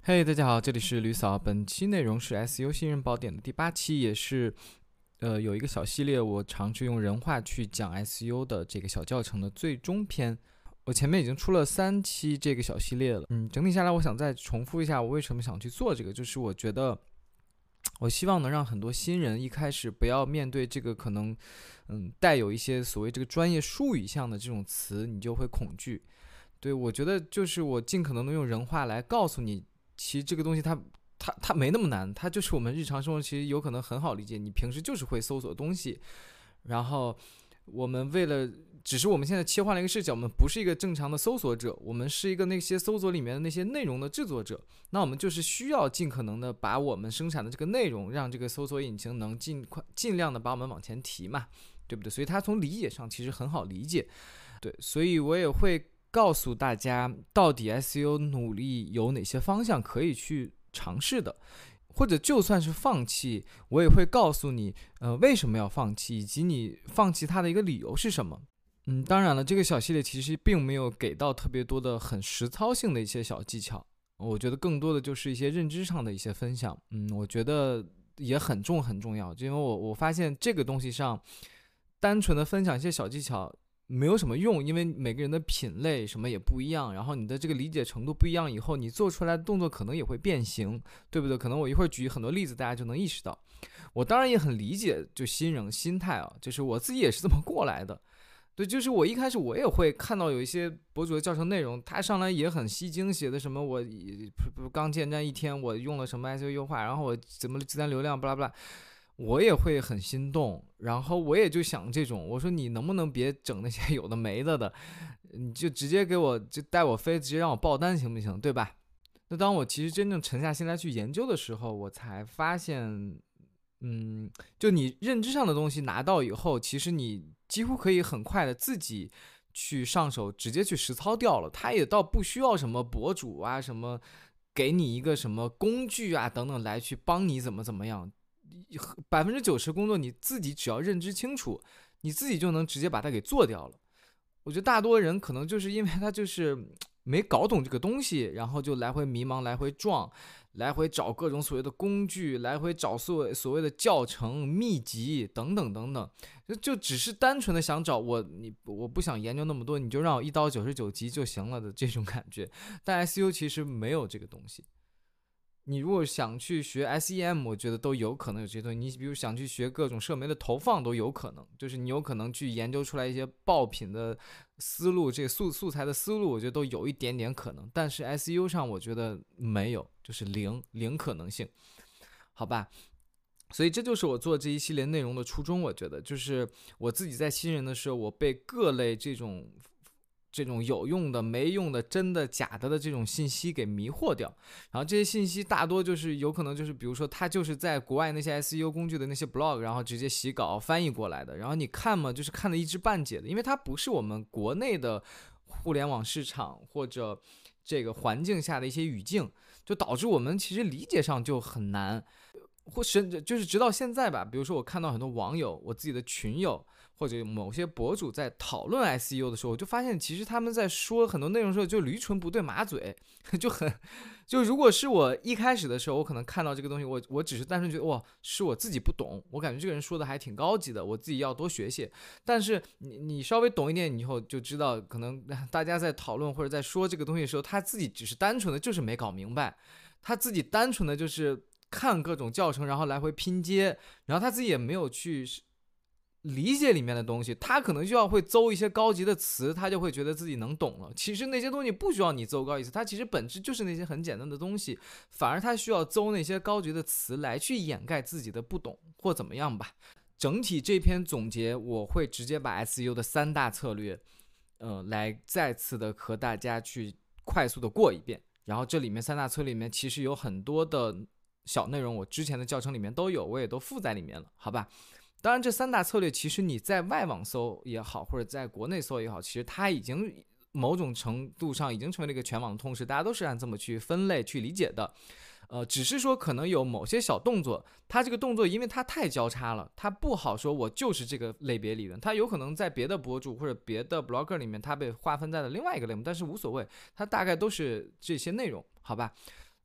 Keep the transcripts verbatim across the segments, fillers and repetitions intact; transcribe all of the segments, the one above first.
嘿、hey, 大家好，这里是吕嫂。本期内容是 S E O 新人宝典的第八期，也是呃有一个小系列，我尝试用人话去讲 S E O 的这个小教程的最终篇。我前面已经出了三期这个小系列了，嗯，整体下来，我想再重复一下我为什么想去做这个，就是我觉得我希望能让很多新人一开始不要面对这个可能嗯带有一些所谓这个专业术语项的这种词，你就会恐惧。对，我觉得就是我尽可能的用人话来告诉你，其实这个东西它它它没那么难，它就是我们日常生活其实有可能很好理解，你平时就是会搜索东西，然后我们为了只是我们现在切换了一个视角，我们不是一个正常的搜索者，我们是一个那些搜索里面的那些内容的制作者，那我们就是需要尽可能的把我们生产的这个内容让这个搜索引擎能尽快尽量的把我们往前提嘛，对不对？所以它从理解上其实很好理解。对，所以我也会告诉大家到底 S E O 努力有哪些方向可以去尝试的，或者就算是放弃，我也会告诉你呃为什么要放弃，以及你放弃它的一个理由是什么。嗯，当然了，这个小系列其实并没有给到特别多的很实操性的一些小技巧，我觉得更多的就是一些认知上的一些分享。嗯，我觉得也很重很重要，因为我我发现这个东西上单纯的分享一些小技巧没有什么用，因为每个人的品类什么也不一样，然后你的这个理解程度不一样以后，你做出来的动作可能也会变形，对不对？可能我一会儿举很多例子大家就能意识到。我当然也很理解就新人心态啊，就是我自己也是这么过来的。对，就是我一开始我也会看到有一些博主的教程内容，他上来也很吸睛，写的什么我刚建站一天我用了什么 S E O 优化，然后我怎么自然流量巴拉巴拉，我也会很心动，然后我也就想这种，我说你能不能别整那些有的没的的，你就直接给我就带我飞，直接让我爆单行不行，对吧？那当我其实真正沉下心来去研究的时候，我才发现嗯，就你认知上的东西拿到以后，其实你几乎可以很快的自己去上手，直接去实操掉了。它也倒不需要什么博主啊，什么给你一个什么工具啊等等来去帮你怎么怎么样。百分之九十工作你自己只要认知清楚，你自己就能直接把它给做掉了。我觉得大多人可能就是因为他就是没搞懂这个东西，然后就来回迷茫，来回撞，来回找各种所谓的工具，来回找所所谓的教程、秘籍等等等等，就就只是单纯的想找我你我不想研究那么多，你就让我一刀九十九集就行了的这种感觉。但 S E O 其实没有这个东西。你如果想去学 S E M， 我觉得都有可能有这些东西。你比如想去学各种社媒的投放都有可能，就是你有可能去研究出来一些爆品的思路，这个素素材的思路，我觉得都有一点点可能。但是 S E O 上我觉得没有，就是零零可能性，好吧？所以这就是我做这一系列内容的初衷。我觉得就是我自己在新人的时候，我被各类这种。这种有用的没用的真的假的的这种信息给迷惑掉，然后这些信息大多就是有可能就是比如说他就是在国外那些 S E O 工具的那些 blog 然后直接洗稿翻译过来的，然后你看嘛就是看的一知半解的，因为它不是我们国内的互联网市场或者这个环境下的一些语境，就导致我们其实理解上就很难，或甚至就是直到现在吧，比如说我看到很多网友我自己的群友或者某些博主在讨论 S E O 的时候，我就发现其实他们在说很多内容的时候就驴唇不对马嘴，就很就如果是我一开始的时候我可能看到这个东西，我我只是单纯觉得哇是我自己不懂，我感觉这个人说的还挺高级的，我自己要多学学。但是你你稍微懂一点以后就知道，可能大家在讨论或者在说这个东西的时候，他自己只是单纯的就是没搞明白，他自己单纯的就是看各种教程然后来回拼接，然后他自己也没有去理解里面的东西，他可能就要会诌一些高级的词，他就会觉得自己能懂了。其实那些东西不需要你诌高级词，它其实本质就是那些很简单的东西，反而他需要诌那些高级的词来去掩盖自己的不懂或怎么样吧。整体这篇总结我会直接把 S E O 的三大策略呃，来再次的和大家去快速的过一遍，然后这里面三大策略里面其实有很多的小内容我之前的教程里面都有，我也都附在里面了，好吧？当然这三大策略其实你在外网搜也好或者在国内搜也好，其实它已经某种程度上已经成为了一个全网的通识，大家都是按这么去分类去理解的。呃，只是说可能有某些小动作，它这个动作因为它太交叉了，它不好说我就是这个类别里的，它有可能在别的博主或者别的 blogger 里面它被划分在了另外一个类目，但是无所谓，它大概都是这些内容，好吧？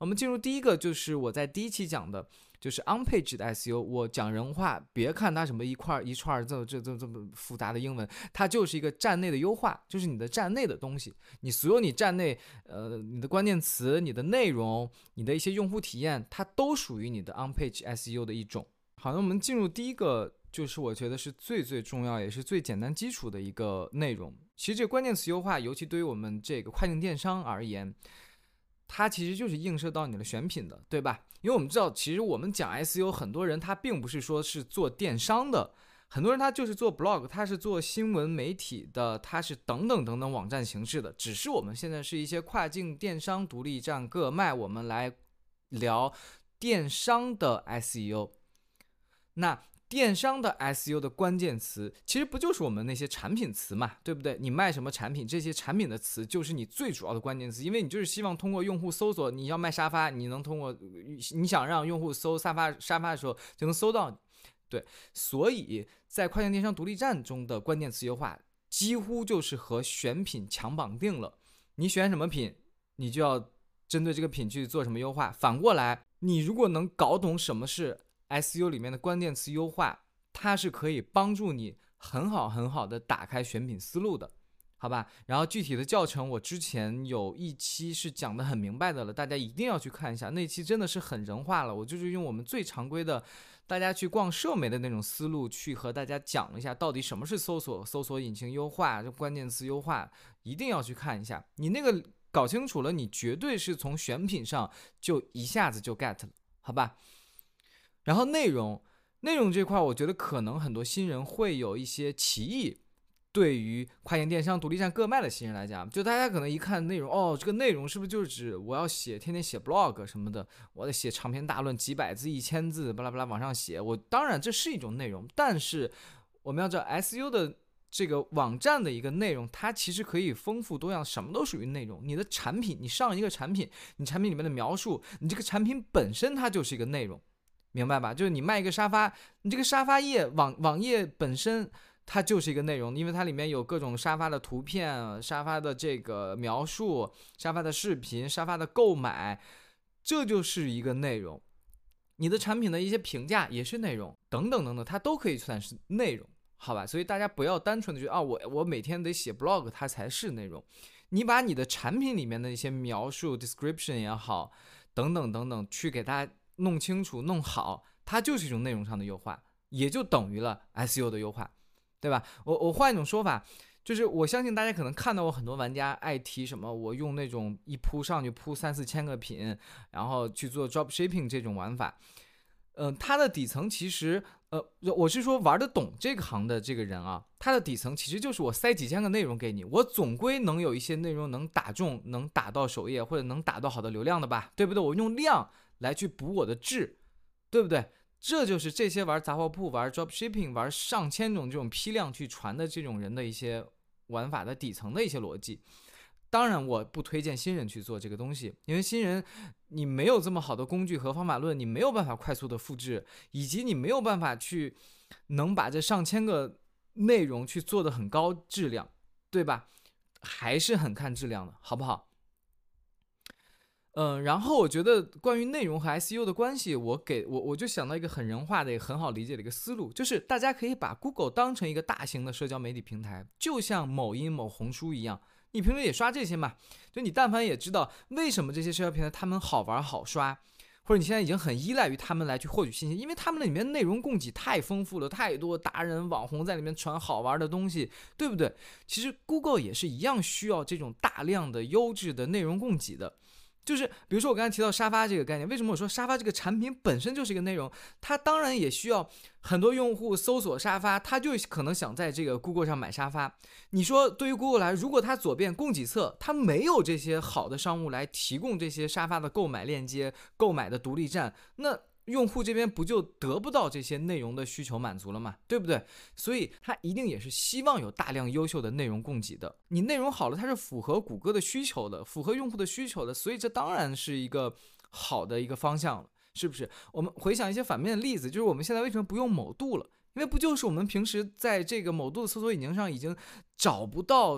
我们进入第一个，就是我在第一期讲的，就是 on-page 的 S E O。我讲人话，别看它什么一块一串这这这这么复杂的英文，它就是一个站内的优化，就是你的站内的东西，你所有你站内呃你的关键词、你的内容、你的一些用户体验，它都属于你的 on-page S E O 的一种。好，那我们进入第一个，就是我觉得是最最重要也是最简单基础的一个内容。其实这个关键词优化，尤其对于我们这个跨境电商而言，它其实就是映射到你的选品的，对吧？因为我们知道，其实我们讲 S E O， 很多人他并不是说是做电商的，很多人他就是做 blog， 他是做新闻媒体的，他是等等等等网站形式的。只是我们现在是一些跨境电商独立站各卖，我们来聊电商的 S E O。那电商的 S E O 的关键词其实不就是我们那些产品词嘛，对不对？你卖什么产品，这些产品的词就是你最主要的关键词，因为你就是希望通过用户搜索，你要卖沙发，你能通过你想让用户搜沙发沙发的时候就能搜到你。对，所以在跨境电商独立站中的关键词优化几乎就是和选品强绑定了。你选什么品，你就要针对这个品去做什么优化。反过来，你如果能搞懂什么是S E O 里面的关键词优化，它是可以帮助你很好很好的打开选品思路的，好吧？然后具体的教程我之前有一期是讲的很明白的了，大家一定要去看一下，那期真的是很人化了。我就是用我们最常规的大家去逛社媒的那种思路去和大家讲一下到底什么是搜索搜索引擎优化，关键词优化，一定要去看一下。你那个搞清楚了，你绝对是从选品上就一下子就 get 了，好吧？然后内容内容这块，我觉得可能很多新人会有一些歧义，对于跨境电商独立站各卖的新人来讲，就大家可能一看内容，哦，这个内容是不是就是指我要写天天写 blog 什么的，我得写长篇大论几百字一千字巴拉巴拉往上写。我当然这是一种内容，但是我们要知道 S E O 的这个网站的一个内容，它其实可以丰富多样，什么都属于内容。你的产品，你上一个产品，你产品里面的描述，你这个产品本身它就是一个内容，明白吧？就是你卖一个沙发，你这个沙发页网网页本身它就是一个内容，因为它里面有各种沙发的图片、沙发的这个描述、沙发的视频、沙发的购买，这就是一个内容。你的产品的一些评价也是内容，等等等等，它都可以算是内容，好吧？所以大家不要单纯的觉得啊，我我每天得写 blog 它才是内容。你把你的产品里面的一些描述 description 也好，等等等等，去给大家弄清楚弄好，它就是一种内容上的优化，也就等于了 S E O 的优化，对吧？我我换一种说法，就是我相信大家可能看到过很多玩家爱提什么我用那种一铺上去铺三四千个品，然后去做 dropshipping 这种玩法。呃，它的底层其实呃，我是说玩得懂这个行的这个人啊，它的底层其实就是我塞几千个内容给你，我总归能有一些内容能打中，能打到首页或者能打到好的流量的吧，对不对？我用量来去补我的质，对不对？这就是这些玩杂货铺、玩 dropshipping、玩上千种这种批量去传的这种人的一些玩法的底层的一些逻辑。当然我不推荐新人去做这个东西，因为新人你没有这么好的工具和方法论，你没有办法快速的复制，以及你没有办法去能把这上千个内容去做得很高质量，对吧？还是很看质量的，好不好？嗯，然后我觉得关于内容和 S E O 的关系，我给我我就想到一个很人化的、也很好理解的一个思路，就是大家可以把 Google 当成一个大型的社交媒体平台，就像某音、某红书一样，你平时也刷这些嘛，就你但凡也知道为什么这些社交平台他们好玩好刷，或者你现在已经很依赖于他们来去获取信息，因为他们里面内容供给太丰富了，太多达人网红在里面传好玩的东西，对不对？其实 Google 也是一样需要这种大量的优质的内容供给的。就是比如说我刚才提到沙发这个概念，为什么我说沙发这个产品本身就是一个内容，它当然也需要很多用户搜索沙发，他就可能想在这个 Google 上买沙发。你说对于 Google 来，如果它左边供给侧它没有这些好的商务来提供这些沙发的购买链接、购买的独立站，那用户这边不就得不到这些内容的需求满足了吗？对不对？所以它一定也是希望有大量优秀的内容供给的。你内容好了，它是符合谷歌的需求的，符合用户的需求的，所以这当然是一个好的一个方向了，是不是？我们回想一些反面的例子，就是我们现在为什么不用某度了？因为不就是我们平时在这个某度的搜索引擎上已经找不到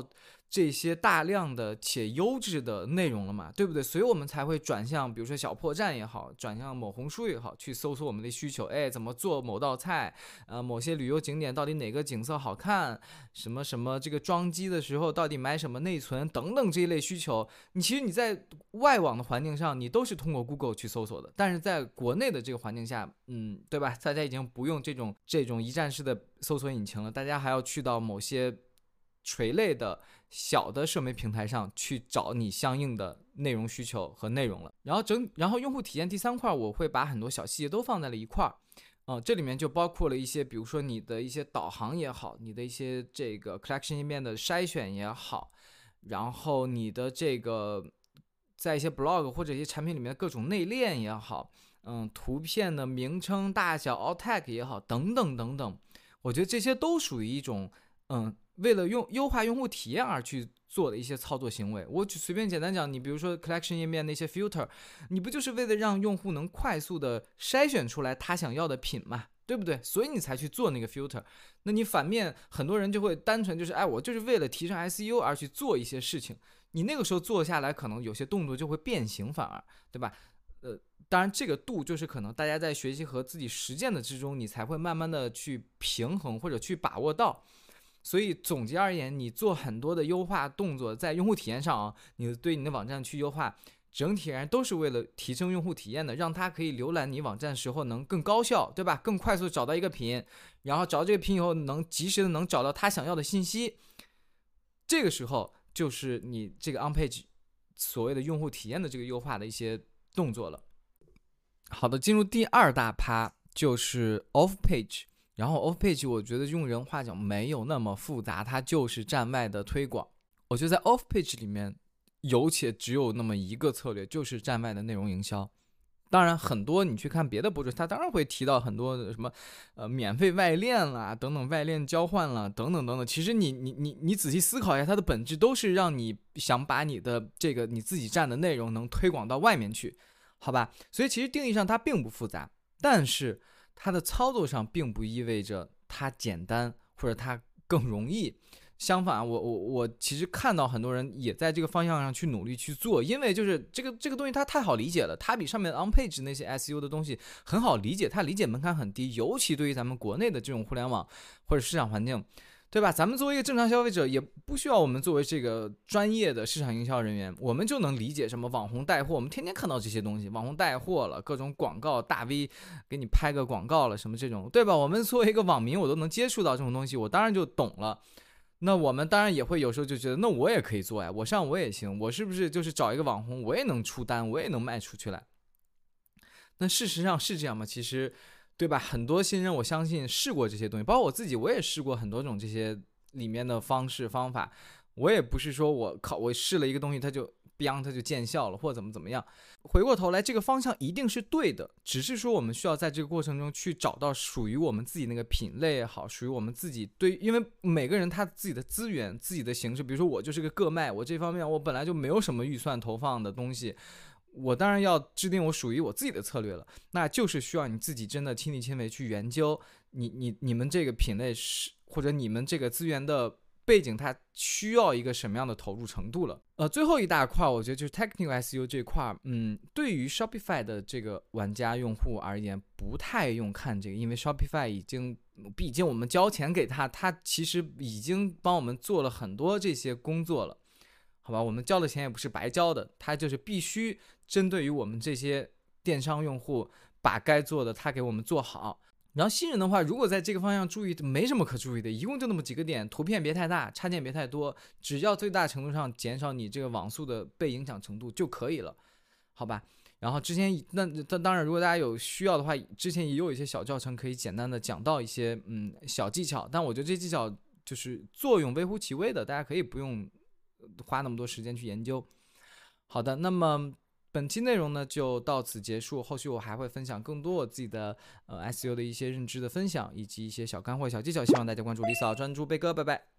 这些大量的且优质的内容了嘛，对不对？所以我们才会转向，比如说小破站也好，转向某红书也好，去搜索我们的需求。哎，怎么做某道菜？呃，某些旅游景点到底哪个景色好看？什么什么这个装机的时候到底买什么内存等等这一类需求，你其实你在外网的环境上，你都是通过 Google 去搜索的。但是在国内的这个环境下，嗯，对吧？大家已经不用这种这种一站式的搜索引擎了，大家还要去到某些垂类的小的社媒平台上去找你相应的内容需求和内容了。然后整，然后用户体验第三块，我会把很多小细节都放在了一块儿。呃，这里面就包括了一些，比如说你的一些导航也好，你的一些这个 collection 页面的筛选也好，然后你的这个在一些 blog 或者一些产品里面的各种内链也好，嗯，图片的名称大小 alt tag 也好，等等等等，我觉得这些都属于一种嗯。为了用优化用户体验而去做的一些操作行为。我就随便简单讲，你比如说 collection 页面那些 filter， 你不就是为了让用户能快速的筛选出来他想要的品嘛，对不对？所以你才去做那个 filter。那你反面很多人就会单纯就是哎，我就是为了提升 S E O 而去做一些事情，你那个时候做下来可能有些动作就会变形，反而对吧？呃，当然这个度就是可能大家在学习和自己实践的之中，你才会慢慢的去平衡或者去把握到。所以总结而言，你做很多的优化动作在用户体验上啊，你对你的网站去优化，整体而言都是为了提升用户体验的，让他可以浏览你网站的时候能更高效，对吧？更快速找到一个品，然后找到这个品以后能及时的能找到他想要的信息。这个时候就是你这个 on page 所谓的用户体验的这个优化的一些动作了。好的，进入第二大趴就是 off page。然后 off page 我觉得用人话讲没有那么复杂，它就是站外的推广。我觉得在 off page 里面有且只有那么一个策略，就是站外的内容营销。当然很多你去看别的博主，他当然会提到很多的什么呃免费外链啦，等等外链交换啦，等等等等。其实你你你你仔细思考一下，它的本质都是让你想把你的这个你自己站的内容能推广到外面去，好吧？所以其实定义上它并不复杂，但是它的操作上并不意味着它简单或者它更容易。相反，我我我其实看到很多人也在这个方向上去努力去做，因为就是这个这个东西它太好理解了，它比上面 on page 那些 S E O 的东西很好理解，它理解门槛很低，尤其对于咱们国内的这种互联网或者市场环境，对吧？咱们作为一个正常消费者，也不需要我们作为这个专业的市场营销人员，我们就能理解什么网红带货。我们天天看到这些东西，网红带货了，各种广告，大 V 给你拍个广告了，什么这种，对吧？我们作为一个网民，我都能接触到这种东西，我当然就懂了。那我们当然也会有时候就觉得，那我也可以做呀，我上我也行，我是不是就是找一个网红，我也能出单，我也能卖出去来？那事实上是这样吗？其实，对吧？很多新人我相信试过这些东西，包括我自己，我也试过很多种这些里面的方式方法。我也不是说我靠，我试了一个东西，它就 biang 它就见效了，或者怎么怎么样。回过头来，这个方向一定是对的，只是说我们需要在这个过程中去找到属于我们自己那个品类也好，属于我们自己对，因为每个人他自己的资源、自己的形式，比如说我就是个个卖，我这方面我本来就没有什么预算投放的东西。我当然要制定我属于我自己的策略了，那就是需要你自己真的亲力亲为去研究你你你们这个品类是或者你们这个资源的背景，它需要一个什么样的投入程度了。呃，最后一大块我觉得就是 technical S E O 这块，嗯，对于 Shopify 的这个玩家用户而言，不太用看这个，因为 Shopify 已经，毕竟我们交钱给他，他其实已经帮我们做了很多这些工作了。好吧，我们交的钱也不是白交的，他就是必须针对于我们这些电商用户，把该做的他给我们做好。然后新人的话，如果在这个方向注意，没什么可注意的，一共就那么几个点，图片别太大，插件别太多，只要最大程度上减少你这个网速的被影响程度就可以了，好吧？然后之前那当然，如果大家有需要的话，之前也有一些小教程可以简单的讲到一些嗯小技巧，但我觉得这技巧就是作用微乎其微的，大家可以不用花那么多时间去研究。好的，那么本期内容呢就到此结束，后续我还会分享更多我自己的呃 S E O 的一些认知的分享，以及一些小干货小技巧，希望大家关注李嫂专注贝哥，拜拜。